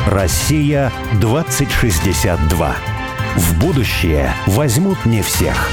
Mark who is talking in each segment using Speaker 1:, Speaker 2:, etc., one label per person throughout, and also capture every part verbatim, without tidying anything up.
Speaker 1: Россия двадцать шестьдесят два. В будущее возьмут не всех.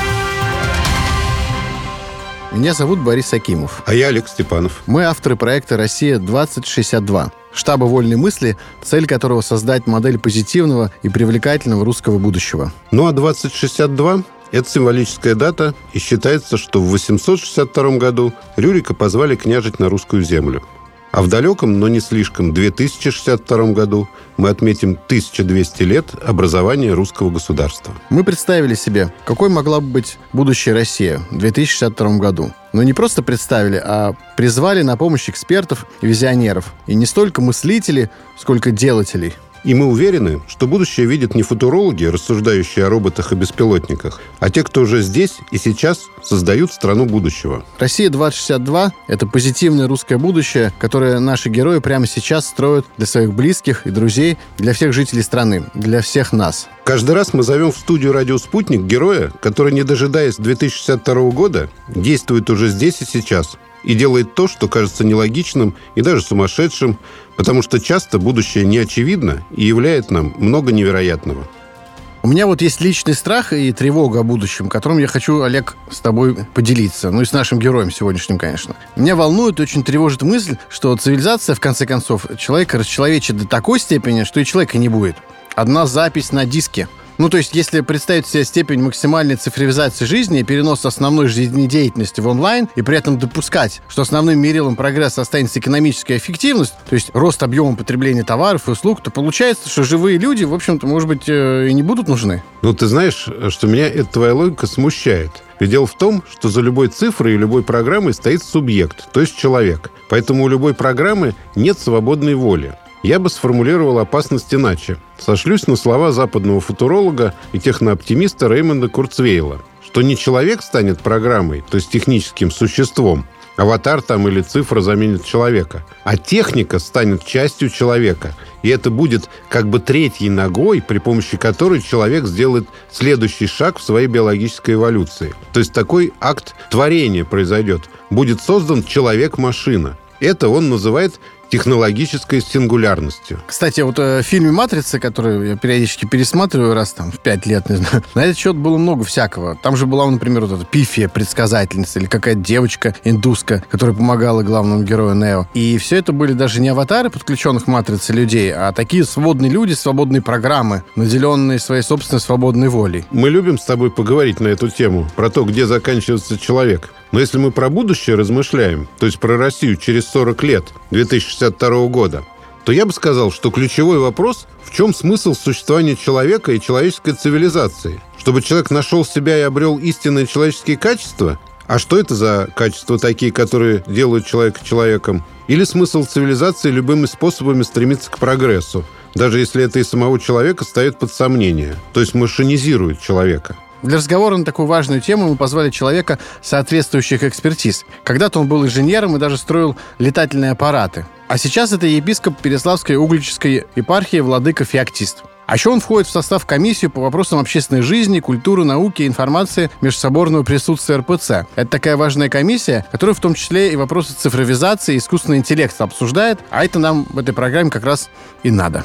Speaker 2: Меня зовут Борис Акимов.
Speaker 3: А я Олег Степанов.
Speaker 2: Мы авторы проекта «Россия двадцать шестьдесят два», штаба вольной мысли, цель которого создать модель позитивного и привлекательного русского будущего.
Speaker 3: Ну а двадцать шестьдесят два – это символическая дата, и считается, что в восемьсот шестьдесят втором году Рюрика позвали княжить на русскую землю. А в далеком, но не слишком, две тысячи шестьдесят втором году мы отметим тысяча двести лет образования русского государства.
Speaker 2: Мы представили себе, какой могла бы быть будущая Россия в две тысячи шестьдесят втором году. Но не просто представили, а призвали на помощь экспертов и визионеров. И не столько мыслителей, сколько делателей.
Speaker 3: И мы уверены, что будущее видят не футурологи, рассуждающие о роботах и беспилотниках, а те, кто уже здесь и сейчас создают страну будущего.
Speaker 2: Россия двадцать шестьдесят два – это позитивное русское будущее, которое наши герои прямо сейчас строят для своих близких и друзей, для всех жителей страны, для всех нас.
Speaker 3: Каждый раз мы зовем в студию «Радио Спутник» героя, который, не дожидаясь две тысячи шестьдесят второго года, действует уже здесь и сейчас и делает то, что кажется нелогичным и даже сумасшедшим, потому что часто будущее не очевидно и являет нам много невероятного.
Speaker 2: У меня вот есть личный страх и тревога о будущем, которым я хочу, Олег, с тобой поделиться. Ну и с нашим героем сегодняшним, конечно. Меня волнует и очень тревожит мысль, что цивилизация, в конце концов, человека расчеловечит до такой степени, что и человека не будет. Одна запись на диске. Ну, то есть, если представить себе степень максимальной цифровизации жизни и перенос основной жизнедеятельности в онлайн, и при этом допускать, что основным мерилом прогресса останется экономическая эффективность, то есть рост объема потребления товаров и услуг, то получается, что живые люди, в общем-то, может быть, и не будут нужны.
Speaker 3: Ну, ты знаешь, что меня эта твоя логика смущает. Ведь дело в том, что за любой цифрой и любой программой стоит субъект, то есть человек. Поэтому у любой программы нет свободной воли. Я бы сформулировал опасность иначе. Сошлюсь на слова западного футуролога и технооптимиста Реймонда Курцвейла, что не человек станет программой, то есть техническим существом, аватар там или цифра заменит человека, а техника станет частью человека. И это будет как бы третьей ногой, при помощи которой человек сделает следующий шаг в своей биологической эволюции. То есть такой акт творения произойдет. Будет создан человек-машина. Это он называет технологической сингулярностью.
Speaker 2: Кстати, вот э, в фильме «Матрица», который я периодически пересматриваю раз там в пять лет, не знаю, на этот счет было много всякого. Там же была, например, вот эта Пифия, предсказательница, или какая-то девочка-индуска, которая помогала главному герою Нео. И все это были даже не аватары подключенных к «Матрице» людей, а такие свободные люди, свободные программы, наделенные своей собственной свободной волей.
Speaker 3: Мы любим с тобой поговорить на эту тему, про то, где заканчивается человек. Но если мы про будущее размышляем, то есть про Россию через сорок лет, две тысячи шестьдесят второго года, то я бы сказал, что ключевой вопрос – в чем смысл существования человека и человеческой цивилизации? Чтобы человек нашел себя и обрел истинные человеческие качества? А что это за качества такие, которые делают человека человеком? Или смысл цивилизации любыми способами стремиться к прогрессу, даже если это и самого человека ставит под сомнение, то есть машинизирует человека?
Speaker 2: Для разговора на такую важную тему мы позвали человека соответствующих экспертиз. Когда-то он был инженером и даже строил летательные аппараты. А сейчас это епископ Переславской Угличской епархии владыка Феоктист. А еще он входит в состав комиссии по вопросам общественной жизни, культуры, науки и информации межсоборного присутствия эр пэ цэ. Это такая важная комиссия, которая в том числе и вопросы цифровизации и искусственного интеллекта обсуждает, а это нам в этой программе как раз и надо.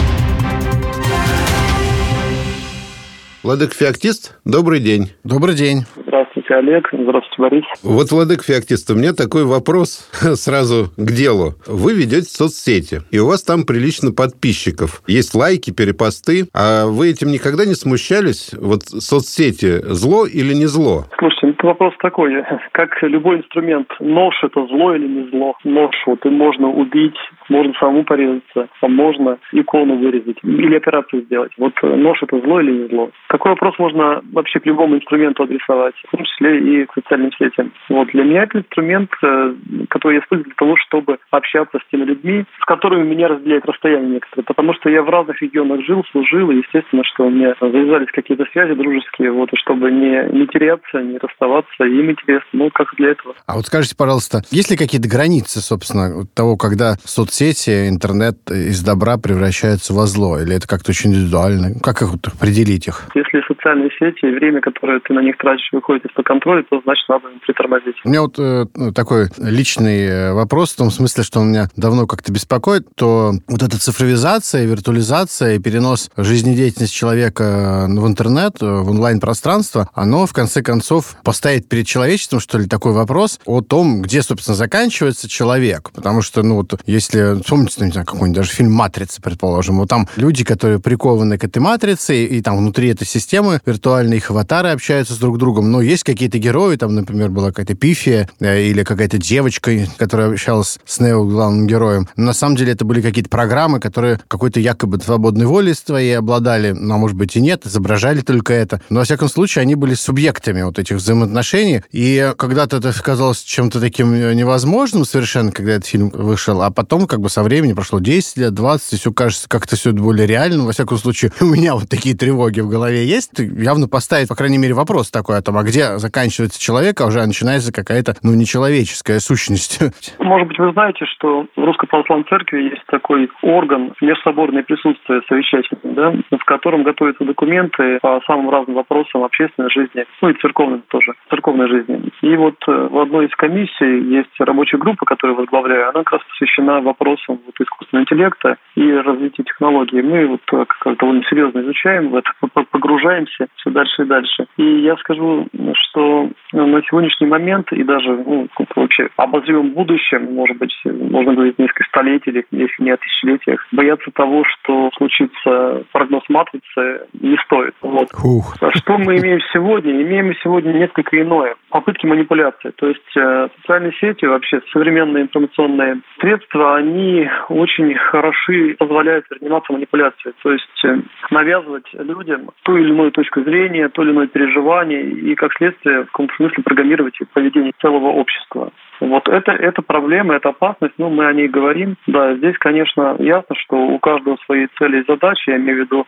Speaker 3: Владыка Феоктист, добрый день.
Speaker 2: Добрый день.
Speaker 4: Здравствуйте, Олег. Здравствуйте, Борис.
Speaker 3: Вот, Владыка Феоктист, у меня такой вопрос сразу к делу. Вы ведете соцсети, и у вас там прилично подписчиков. Есть лайки, перепосты. А вы этим никогда не смущались? Вот соцсети зло или не зло?
Speaker 4: Слушайте, это вопрос такой. Как любой инструмент, нож – это зло или не зло? Нож вот и можно убить, можно самому порезаться, а можно икону вырезать или операцию сделать. Вот нож – это зло или не зло? Такой вопрос можно вообще к любому инструменту адресовать, в том числе и к социальным сетям. Вот для меня это инструмент, который я использую для того, чтобы общаться с теми людьми, с которыми меня разделяет расстояние некоторое. Потому что я в разных регионах жил, служил, и естественно, что у меня завязались какие-то связи дружеские, вот, и чтобы не, не теряться, не расставаться, им интересно, ну, как для этого.
Speaker 2: А вот скажите, пожалуйста, есть ли какие-то границы, собственно, того, когда соцсети, интернет из добра превращаются во зло? Или это как-то очень индивидуально? Как их вот определить их?
Speaker 4: Если социальные сети и время, которое ты на них тратишь, выходит из-под контроля, то значит надо притормозить.
Speaker 2: У меня вот э, такой личный вопрос, в том смысле, что он меня давно как-то беспокоит, то вот эта цифровизация, виртуализация и перенос жизнедеятельности человека в интернет, в онлайн-пространство, оно, в конце концов, поставит перед человечеством, что ли, такой вопрос о том, где, собственно, заканчивается человек. Потому что, ну, вот, если, помните, ну, не знаю, какой-нибудь даже фильм «Матрица», предположим, вот там люди, которые прикованы к этой матрице, и, и там внутри этой системы виртуальные их аватары общаются с друг другом, но есть какие-то герои, там, например, была какая-то Пифия э, или какая-то девочка, которая общалась с Нео, главным героем. Но на самом деле это были какие-то программы, которые какой-то якобы свободной волей своей обладали, но, может быть, и нет, изображали только это. Но, во всяком случае, они были субъектами вот этих взаимоотношений, и когда-то это казалось чем-то таким невозможным совершенно, когда этот фильм вышел, а потом как бы со временем прошло десять лет, двадцать, и все кажется как-то все это более реально. Во всяком случае, у меня вот такие тревоги в голове есть. Явно поставить, по крайней мере, вопрос такой о том, а где заканчивается человек, а уже начинается какая-то, ну, нечеловеческая сущность.
Speaker 4: Может быть, вы знаете, что в Русской Православной Церкви есть такой орган межсоборное присутствие совещательное, да, в котором готовятся документы по самым разным вопросам общественной жизни, ну и церковной тоже, церковной жизни. И вот в одной из комиссий есть рабочая группа, которую возглавляю, она как раз посвящена вопросам вот, искусственного интеллекта и развития технологий. Мы вот как довольно серьезно изучаем в это, погружаемся все дальше и дальше. И я скажу, что на сегодняшний момент и даже ну, вообще обозримом будущем, может быть, можно говорить несколько столетий, если не о тысячелетиях, бояться того, что случится прогноз матрицы, не стоит. Вот. Что мы имеем сегодня? Имеем мы сегодня несколько иное. Попытки манипуляции. То есть э, социальные сети, вообще современные информационные средства, они очень хороши, позволяют заниматься манипуляцией. То есть э, навязывать людям ту или иную точку зрения, то или иное переживание и, как следствие, в каком-то смысле программировать поведение целого общества. Вот это, это проблема, это опасность, ну, мы о ней говорим. Да, здесь, конечно, ясно, что у каждого свои цели и задачи, я имею в виду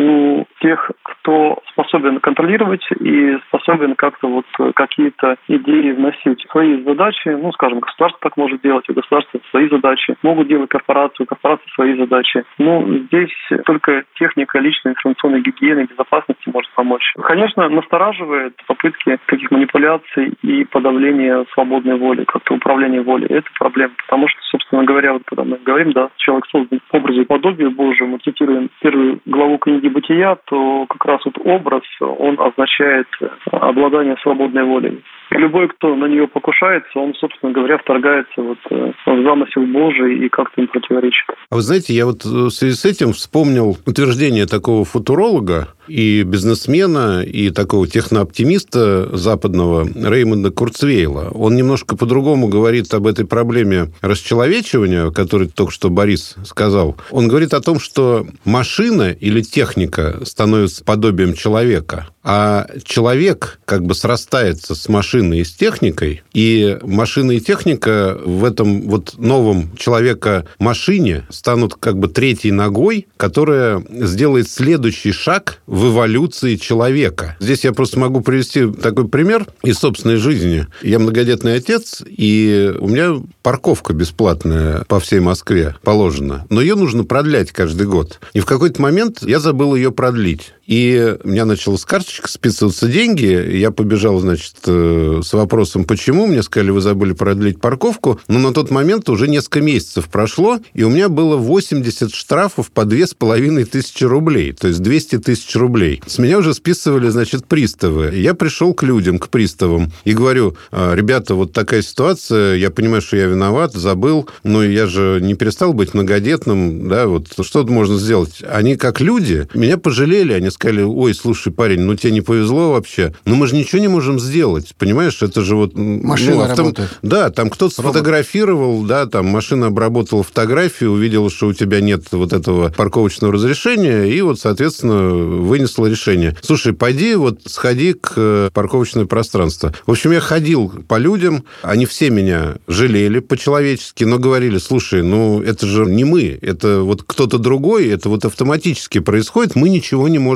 Speaker 4: у тех, кто способен контролировать и способен как-то вот какие-то идеи вносить. Свои задачи, ну, скажем, государство так может делать, у государства свои задачи, могут делать корпорации, у корпорации свои задачи. Ну, здесь только техника личной информационной гигиены и безопасности может помочь. Конечно, настораживает попытки таких манипуляций и подавления свободной воли, как-то управление волей. Это проблема, потому что, собственно говоря, вот когда мы говорим, да, человек создан по образу и подобию Божьему, мы цитируем первую главу книги «Бытия», то как раз вот образ, он означает обладание свободной волей. И любой, кто на нее покушается, он, собственно говоря, вторгается вот в замысел Божий и как-то им противоречит.
Speaker 3: А вы знаете, я вот в связи с этим вспомнил утверждение такого футуролога и бизнесмена, и такого технооптимиста западного Реймонда Курцвейла. Он немножко по-другому говорит об этой проблеме расчеловечивания, о которой только что Борис сказал. Он говорит о том, что машина или техника становится подобием человека, а человек как бы срастается с машиной и с техникой, и машина и техника в этом вот новом человека-машине станут как бы третьей ногой, которая сделает следующий шаг в эволюции человека. Здесь я просто могу привести такой пример из собственной жизни. Я многодетный отец, и у меня парковка бесплатная по всей Москве положена, но ее нужно продлять каждый год. И в какой-то момент я забыл ее продлить. И у меня начала с карточек списываться деньги. Я побежал, значит, с вопросом, почему. Мне сказали, вы забыли продлить парковку. Но на тот момент уже несколько месяцев прошло, и у меня было восемьдесят штрафов по две с половиной тысячи рублей. То есть двести тысяч рублей. С меня уже списывали, значит, приставы. Я пришел к людям, к приставам, и говорю, ребята, вот такая ситуация, я понимаю, что я виноват, забыл, но я же не перестал быть многодетным, да, вот что можно сделать? Они, как люди, меня пожалели, они сказали, ой, слушай, парень, ну тебе не повезло вообще, но мы же ничего не можем сделать, понимаешь, это же вот...
Speaker 2: Машина ну, автом... работает.
Speaker 3: Да, там кто-то Робот. сфотографировал, да, там машина обработала фотографию, увидела, что у тебя нет вот этого парковочного разрешения, и вот, соответственно, вынесла решение. Слушай, пойди, вот сходи к парковочное пространство. В общем, я ходил по людям, они все меня жалели по-человечески, но говорили, слушай, ну это же не мы, это вот кто-то другой, это вот автоматически происходит, мы ничего не можем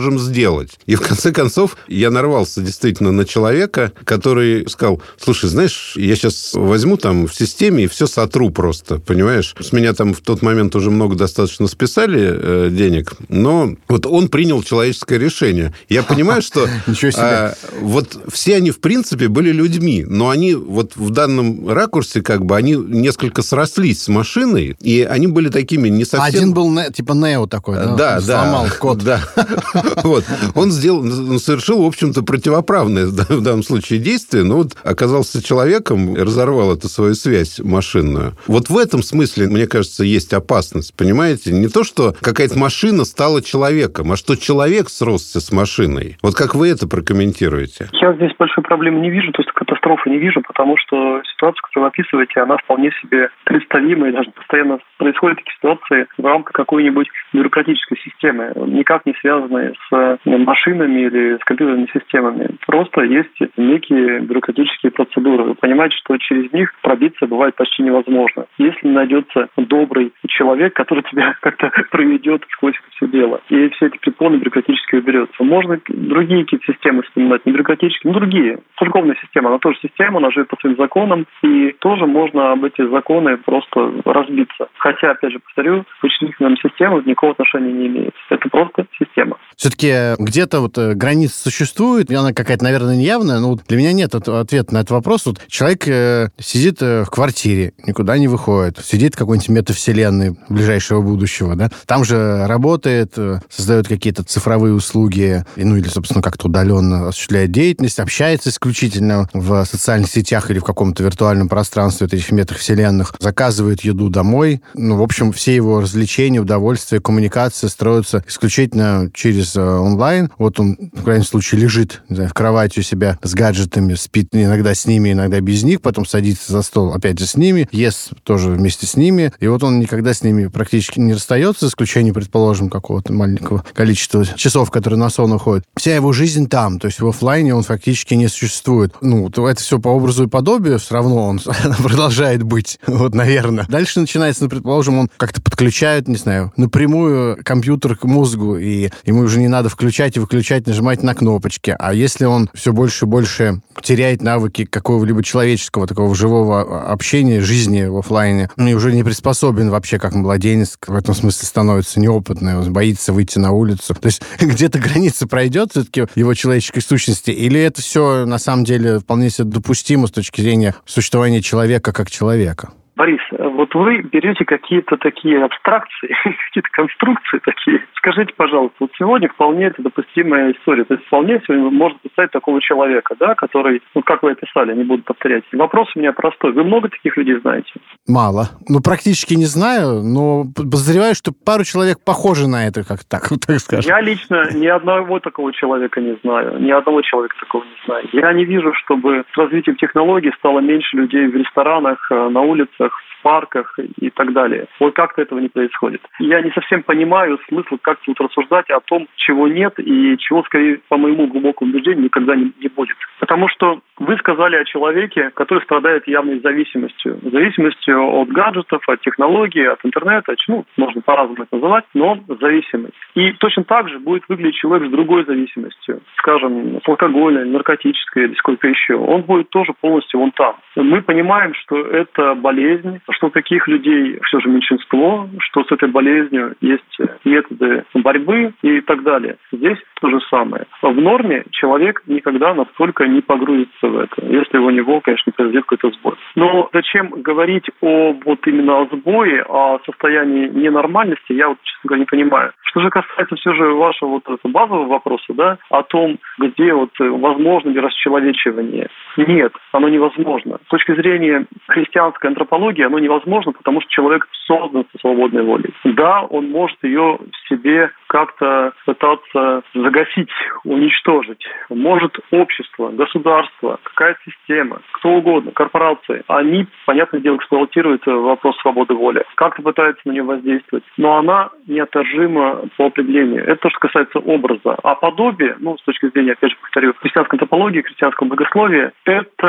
Speaker 3: можем сделать. И в конце концов я нарвался действительно на человека, который сказал: слушай, знаешь, я сейчас возьму там в системе и все сотру просто, понимаешь? С меня там в тот момент уже много достаточно списали э, денег, но вот он принял человеческое решение. Я понимаю, что э, вот все они, в принципе, были людьми, но они вот в данном ракурсе как бы, они несколько срослись с машиной, и они были такими не совсем...
Speaker 2: Один был типа Нео такой, да?
Speaker 3: Да, да.
Speaker 2: Сломал код.
Speaker 3: Да. Вот. Он сделал, он совершил, в общем-то, противоправное в данном случае действие, но вот оказался человеком и разорвал эту свою связь машинную. Вот в этом смысле, мне кажется, есть опасность, понимаете? Не то, что какая-то машина стала человеком, а что человек сросся с машиной. Вот как вы это прокомментируете?
Speaker 4: Я здесь большой проблемы не вижу, то есть катастрофы не вижу, потому что ситуация, которую вы описываете, она вполне себе представима, и даже постоянно происходят такие ситуации в рамках какой-нибудь бюрократической системы, никак не связанные с машинами или с компьютерными системами. Просто есть некие бюрократические процедуры. Вы понимаете, что через них пробиться бывает почти невозможно. Если найдется добрый человек, который тебя как-то проведет сквозь все дело, и все эти препоны бюрократические уберется. Можно другие какие-то системы вспоминать, не бюрократические, но другие. Церковная система, она тоже система, она живет по своим законам, и тоже можно об эти законы просто разбиться. Хотя, опять же, повторю, вычислительная система никакого отношения не имеет. Это просто система.
Speaker 2: Все-таки где-то вот граница существует, и она какая-то, наверное, неявная, но вот для меня нет ответа на этот вопрос. Вот человек э, сидит в квартире, никуда не выходит, сидит в какой-нибудь метавселенной ближайшего будущего, да, там же работает, создает какие-то цифровые услуги, ну или, собственно, как-то удаленно осуществляет деятельность, общается исключительно в социальных сетях или в каком-то виртуальном пространстве этих метавселенных, заказывает еду домой. Ну, в общем, все его развлечения, удовольствия, коммуникация строятся исключительно через онлайн. Вот он, в крайнем случае, лежит, не знаю, в кровати у себя с гаджетами, спит иногда с ними, иногда без них, потом садится за стол опять же с ними, ест тоже вместе с ними, и вот он никогда с ними практически не расстается, за исключением, предположим, какого-то маленького количества часов, которые на сон уходят. Вся его жизнь там, то есть в офлайне он фактически не существует. Ну, то это все по образу и подобию, все равно он продолжает быть, вот, наверное. Дальше начинается, ну, предположим, он как-то подключает, не знаю, напрямую компьютер к мозгу, и ему уже не надо включать и выключать, нажимать на кнопочки. А если он все больше и больше теряет навыки какого-либо человеческого, такого живого общения, жизни в офлайне, ну, и уже не приспособен вообще, как младенец, в этом смысле становится неопытный, он боится выйти на улицу. То есть где-то граница пройдет все-таки его человеческой сущности, или это все на самом деле вполне себе допустимо с точки зрения существования человека как человека?
Speaker 4: Борис, вот вы берете какие-то такие абстракции, какие-то конструкции такие. Скажите, пожалуйста, вот сегодня вполне это допустимая история. То есть вполне сегодня можно представить такого человека, да, который, ну, как вы описали, не буду повторять. Вопрос у меня простой. Вы много таких людей знаете?
Speaker 2: Мало. Ну, практически не знаю, но подозреваю, что пару человек похожи на это, как так, так скажем.
Speaker 4: Я лично ни одного такого человека не знаю. Ни одного человека такого не знаю. Я не вижу, чтобы с развитием технологий стало меньше людей в ресторанах, на улицах, в парках и так далее. Вот как-то этого не происходит. Я не совсем понимаю смысл как тут рассуждать о том, чего нет и чего, скорее, по моему глубокому убеждению, никогда не, не будет. Потому что вы сказали о человеке, который страдает явной зависимостью. Зависимостью от гаджетов, от технологий, от интернета. Ну, можно по-разному это называть, но зависимость. И точно так же будет выглядеть человек с другой зависимостью. Скажем, с алкоголя, наркотической или сколько еще. Он будет тоже полностью вон там. Мы понимаем, что это болезнь, что таких людей все же меньшинство, что с этой болезнью есть методы борьбы и так далее. Здесь то же самое. В норме человек никогда настолько не погрузится в это, если у него, конечно, произойдет какой-то сбой. Но зачем говорить о вот именно о сбое, о состоянии ненормальности, я вот, честно говоря, не понимаю. Что же касается все же вашего вот этого базового вопроса, да, о том, где вот возможно ли расчеловечивание. Нет, оно невозможно. С точки зрения христианской антропологии оно невозможно, потому что человек создан со свободной волей. Да, он может ее в себе как-то пытаться загасить, уничтожить. Может общество, государство, какая-то система, кто угодно, корпорации. Они, понятное дело, эксплуатируют вопрос свободы воли. Как-то пытаются на нее воздействовать. Но она неотторжима по определению. Это то, что касается образа. А подобие, ну, с точки зрения, опять же, повторю, христианской антропологии, христианского богословия, это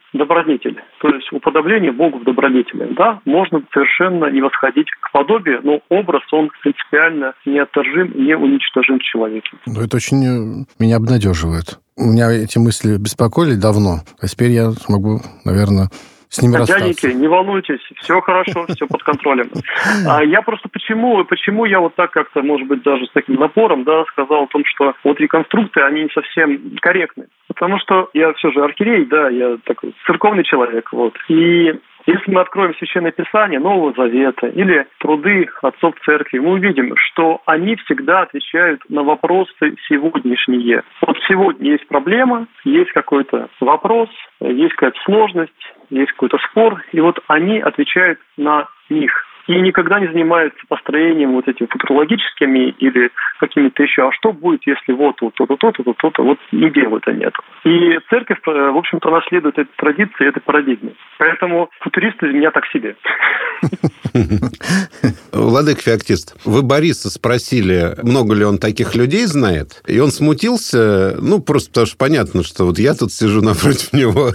Speaker 4: добродетель. То есть уподобление Богу в добродетели. Да, можно совершенно не восходить к подобию, но образ, он принципиально неотторжим, неуничтожим в человеке.
Speaker 2: Ну, это очень меня обнадеживает. Меня эти мысли беспокоили давно, а теперь я смогу, наверное, с ними расстаться.
Speaker 4: Дяденьки, не волнуйтесь, все хорошо, все под контролем. А я просто почему, почему я вот так как-то, может быть, даже с таким напором, да, сказал о том, что вот реконструкты, они не совсем корректны. Потому что я все же архиерей, да, я такой церковный человек, вот. И если мы откроем Священное Писание Нового Завета или труды отцов церкви, мы увидим, что они всегда отвечают на вопросы сегодняшние. Вот сегодня есть проблема, есть какой-то вопрос, есть какая-то сложность, есть какой-то спор, и вот они отвечают на них. И никогда не занимаются построением вот этими футурологическими или какими-то еще, а что будет, если вот вот то-то, то-то, то-то, вот не делают они этого. И церковь, в общем-то, наследует этой традиции, этой парадигме. Поэтому футуристы из меня так себе.
Speaker 3: Владыка Феоктист, вы Бориса спросили, много ли он таких людей знает, и он смутился, ну, просто потому что понятно, что вот я тут сижу напротив него,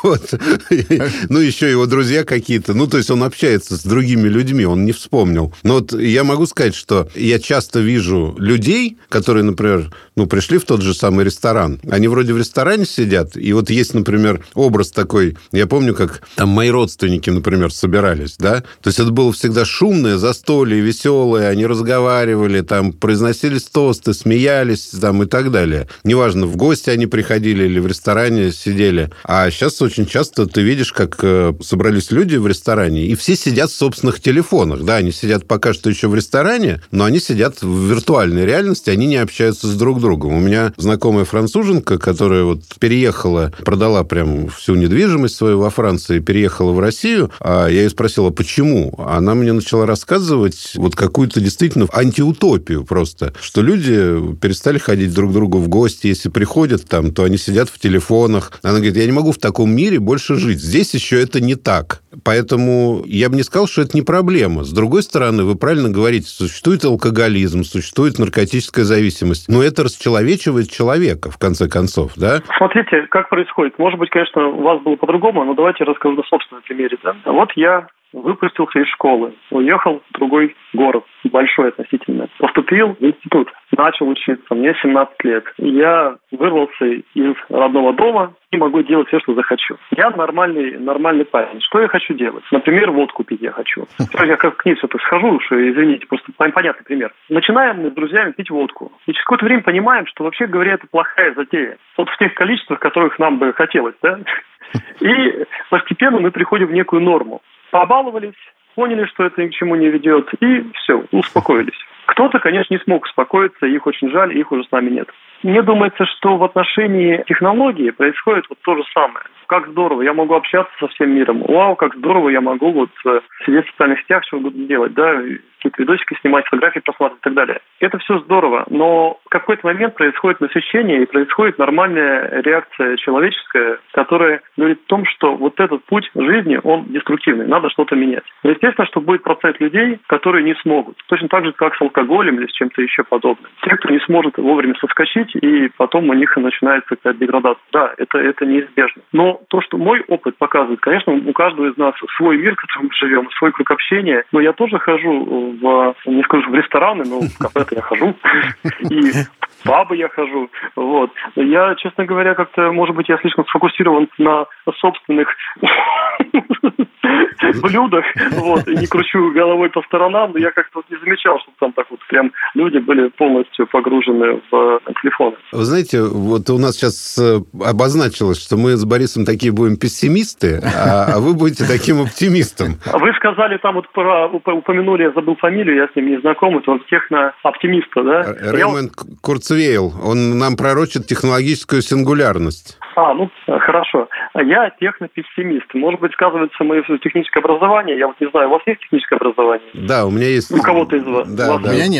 Speaker 3: ну, еще его друзья какие-то, ну, то есть он общается с другими людьми, он не вспомнил. Но вот я могу сказать, что я часто вижу людей, которые, например, ну, пришли в тот же самый ресторан. Они вроде в ресторане сидят, и вот есть, например, образ такой, я помню, как там мои родственники, например, собирались, да, то есть это было всегда шумное застолье, веселое, они разговаривали, там, произносились тосты, смеялись, там, и так далее. Неважно, в гости они приходили или в ресторане сидели. А сейчас очень часто ты видишь, как собрались люди в ресторане, и все сидят в собственных телефонах. Да, они сидят пока что еще в ресторане, но они сидят в виртуальной реальности, они не общаются с друг другом. У меня знакомая француженка, которая вот переехала, продала прям всю недвижимость свою во Франции, переехала в Россию, а я ее спросила, почему? Она мне начала рассказывать вот какую-то действительно антиутопию просто, что люди перестали ходить друг к другу в гости, если приходят там, то они сидят в телефонах. Она говорит, я не могу в таком мире больше жить. Здесь еще это не так. Поэтому я бы не сказал, что это не проблема. С другой стороны, вы правильно говорите, существует алкоголизм, существует наркотическая зависимость, но это расчеловечивает человека, в конце концов, да?
Speaker 4: Смотрите, как происходит. Может быть, конечно, у вас было по-другому, но давайте я расскажу на собственном примере. Да? Вот я выпустился из школы, уехал в другой город, большой относительно, поступил в институт, начал учиться, мне семнадцать лет. Я вырвался из родного дома и могу делать все, что захочу. Я нормальный, нормальный парень. Что я хочу делать? Например, водку пить я хочу. Я как к ней все-то схожу, что, извините, просто понятный пример. Начинаем мы с друзьями пить водку. И через какое-то время понимаем, что вообще говоря, это плохая затея. Вот в тех количествах, которых нам бы хотелось, да? И постепенно мы приходим в некую норму. Побаловались, поняли, что это ни к чему не ведет, и все, успокоились. Кто-то, конечно, не смог успокоиться, их очень жаль, их уже с нами нет. Мне думается, что в отношении технологии происходит вот то же самое. Как здорово, я могу общаться со всем миром. Вау, как здорово, я могу вот сидеть в социальных сетях, что угодно делать, да, какие-то видосики снимать, фотографии просматривать и так далее. Это все здорово, но в какой-то момент происходит насыщение и происходит нормальная реакция человеческая, которая говорит о том, что вот этот путь жизни, он деструктивный, надо что-то менять. Но естественно, что будет процент людей, которые не смогут. Точно так же, как с алкоголем или с чем-то еще подобным. Те, кто не сможет вовремя соскочить, и потом у них начинается какая-то деградация. Да, это, это неизбежно. Но то, что мой опыт показывает, конечно, у каждого из нас свой мир, в котором мы живем, свой круг общения. Но я тоже хожу в, не скажу, в рестораны, но в кафе-то я хожу. И в пабы я хожу. Вот. Я, честно говоря, как-то, может быть, я слишком сфокусирован на собственных блюдах, вот, и не кручу головой по сторонам, но я как-то вот не замечал, что там так вот прям люди были полностью погружены в телефоны.
Speaker 3: Вы знаете, вот у нас сейчас обозначилось, что мы с Борисом такие будем пессимисты, а, а вы будете таким оптимистом.
Speaker 4: Вы сказали, там вот про, упомянули, я забыл фамилию, я с ним не знаком, это он техно-оптимиста, да?
Speaker 3: Рэймонд я... Курцвейл, он нам пророчит технологическую сингулярность.
Speaker 4: А, ну, хорошо. Я технопессимист. Может быть, сказывается мое техническое образование. Я вот не знаю, у вас есть техническое образование?
Speaker 3: Да, у меня есть.
Speaker 4: У кого-то из вас?
Speaker 3: Да,
Speaker 4: вас...
Speaker 3: да.
Speaker 2: У меня нету.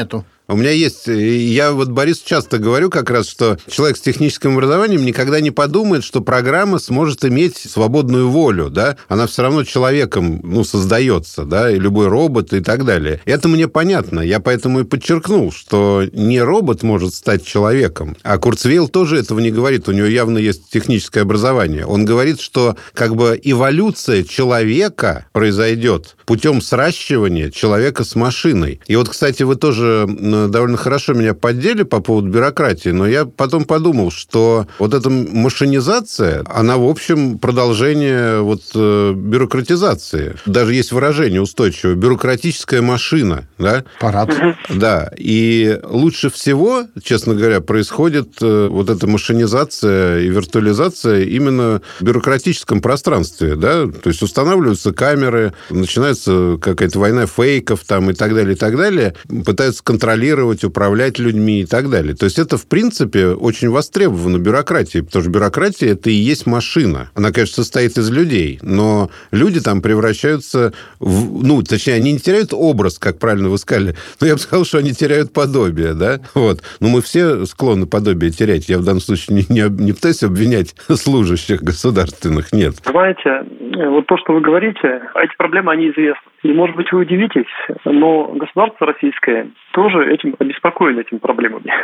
Speaker 3: У меня есть... Я вот Борису часто говорю как раз, что человек с техническим образованием никогда не подумает, что программа сможет иметь свободную волю, да? Она все равно человеком, ну, создается, да, и любой робот и так далее. Это мне понятно. Я поэтому и подчеркнул, что не робот может стать человеком. А Курцвейл тоже этого не говорит. У него явно есть техническое образование. Он говорит, что как бы эволюция человека произойдет путем сращивания человека с машиной. И вот, кстати, вы тоже довольно хорошо меня поддели по поводу бюрократии, но я потом подумал, что вот эта машинизация, она, в общем, продолжение вот бюрократизации. Даже есть выражение устойчивое. Бюрократическая машина, да?
Speaker 2: Парад.
Speaker 3: Да. И лучше всего, честно говоря, происходит вот эта машинизация и виртуализация именно в бюрократическом пространстве, да? То есть устанавливаются камеры, начинается какая-то война фейков там и так далее, и так далее. Пытаются контролировать, управлять людьми и так далее. То есть это, в принципе, очень востребовано бюрократией, потому что бюрократия – это и есть машина. Она, конечно, состоит из людей, но люди там превращаются в... Ну, точнее, они не теряют образ, как правильно вы сказали, но я бы сказал, что они теряют подобие, да? Вот. Но мы все склонны подобие терять. Я в данном случае не, не, не пытаюсь обвинять служащих государственных, нет.
Speaker 4: Знаете, вот то, что вы говорите, эти проблемы, они известны. И, может быть, вы удивитесь, но государство российское тоже этим обеспокоено, этими проблемами.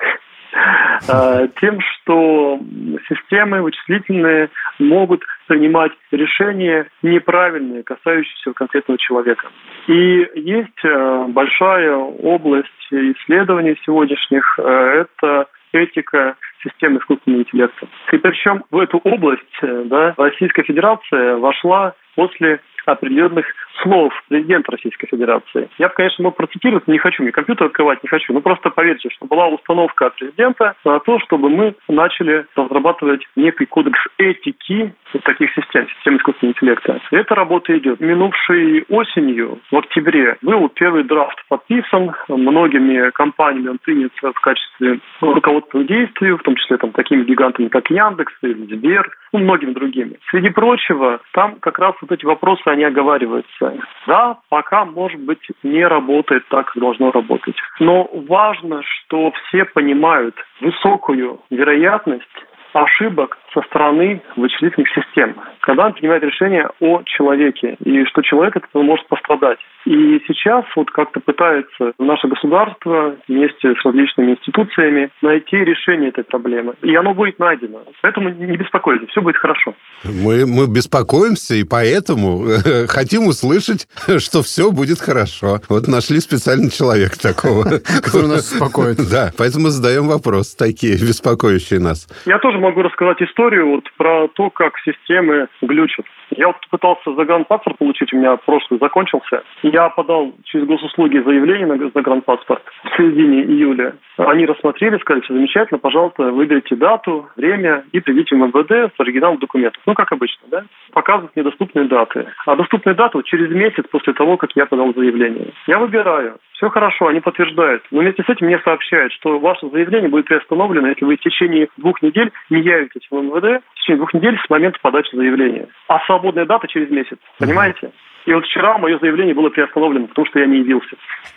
Speaker 4: Тем, что системы вычислительные могут принимать решения неправильные, касающиеся конкретного человека. И есть большая область исследований сегодняшних – это этика системы искусственного интеллекта. И причем в эту область, да, Российская Федерация вошла после определенных слов президента Российской Федерации. Я бы, конечно, мог процитировать, не хочу, мне компьютер открывать не хочу, но просто поверьте, что была установка от президента на то, чтобы мы начали разрабатывать некий кодекс этики таких систем, систем искусственного интеллекта. И эта работа идет. Минувшей осенью, в октябре, был первый драфт подписан, многими компаниями он принят в качестве руководства к действию, в том числе там, такими гигантами, как Яндекс или Сбер, ну, многими другими. Среди прочего, там как раз вот эти вопросы, они оговариваются. Да, пока, может быть, не работает так, как должно работать. Но важно, что все понимают высокую вероятность ошибок со стороны вычислительных систем, когда он принимает решение о человеке, и что человек от этого может пострадать. И сейчас вот как-то пытается наше государство вместе с различными институциями найти решение этой проблемы. И оно будет найдено. Поэтому не беспокойтесь, все будет хорошо.
Speaker 3: Мы, мы беспокоимся, и поэтому хотим услышать, что все будет хорошо. Вот нашли специальный человек такого.
Speaker 2: Который нас успокоит.
Speaker 3: Да, поэтому задаем вопросы такие, беспокоящие нас.
Speaker 4: Я тоже могу рассказать историю вот про то, как системы глючат. Я вот пытался загранпаспорт получить, у меня прошлый закончился. Я подал через госуслуги заявление на загранпаспорт в середине июля. Они рассмотрели, сказали, все замечательно, пожалуйста, выберите дату, время и придите в эм вэ дэ с оригиналом документов. Ну, как обычно, да? Показывают мне доступные даты. А доступные даты вот через месяц после того, как я подал заявление. Я выбираю. Все хорошо, они подтверждают. Но вместе с этим мне сообщают, что ваше заявление будет приостановлено, если вы в течение двух недель не явитесь в эм вэ дэ в течение двух недель с момента подачи заявления. А свободная дата через месяц. Понимаете? И вот вчера мое заявление было приостановлено, потому что я не явился.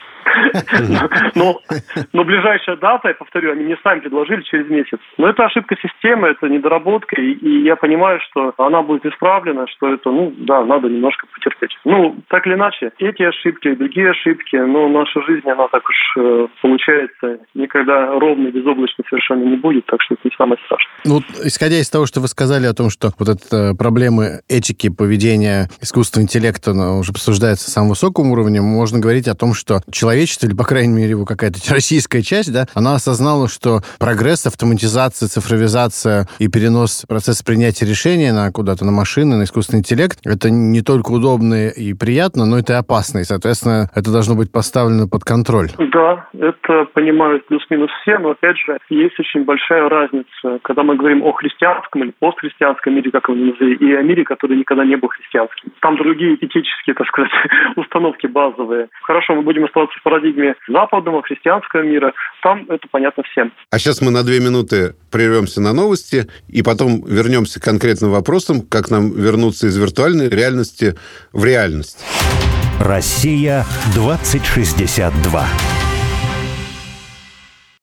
Speaker 4: Но, но ближайшая дата, я повторю, они мне сами предложили через месяц. Но это ошибка системы, это недоработка, и, и я понимаю, что она будет исправлена, что это, ну, да, надо немножко потерпеть. Ну, так или иначе, эти ошибки и другие ошибки, но наша жизнь, она так уж э, получается, никогда ровной, безоблачной совершенно не будет, так что это не самое страшное.
Speaker 2: Ну, исходя из того, что вы сказали о том, что вот эта проблемы этики, поведения, искусственного интеллекта уже обсуждается на самом высоком уровне, можно говорить о том, что человек человечество, или, по крайней мере, его какая-то российская часть, да, она осознала, что прогресс, автоматизация, цифровизация и перенос процесса принятия решения на куда-то, на машины, на искусственный интеллект, это не только удобно и приятно, но это и опасно. И, соответственно, это должно быть поставлено под контроль.
Speaker 4: Да, это понимают плюс-минус все, но, опять же, есть очень большая разница, когда мы говорим о христианском или постхристианском мире, как его называли, и о мире, который никогда не был христианским. Там другие этические, так сказать, установки базовые. Хорошо, мы будем оставаться в парадигме западного христианского мира, там это понятно всем.
Speaker 3: А сейчас мы на две минуты прервемся на новости, и потом вернемся к конкретным вопросам, как нам вернуться из виртуальной реальности в реальность.
Speaker 1: Россия двадцать шестьдесят два.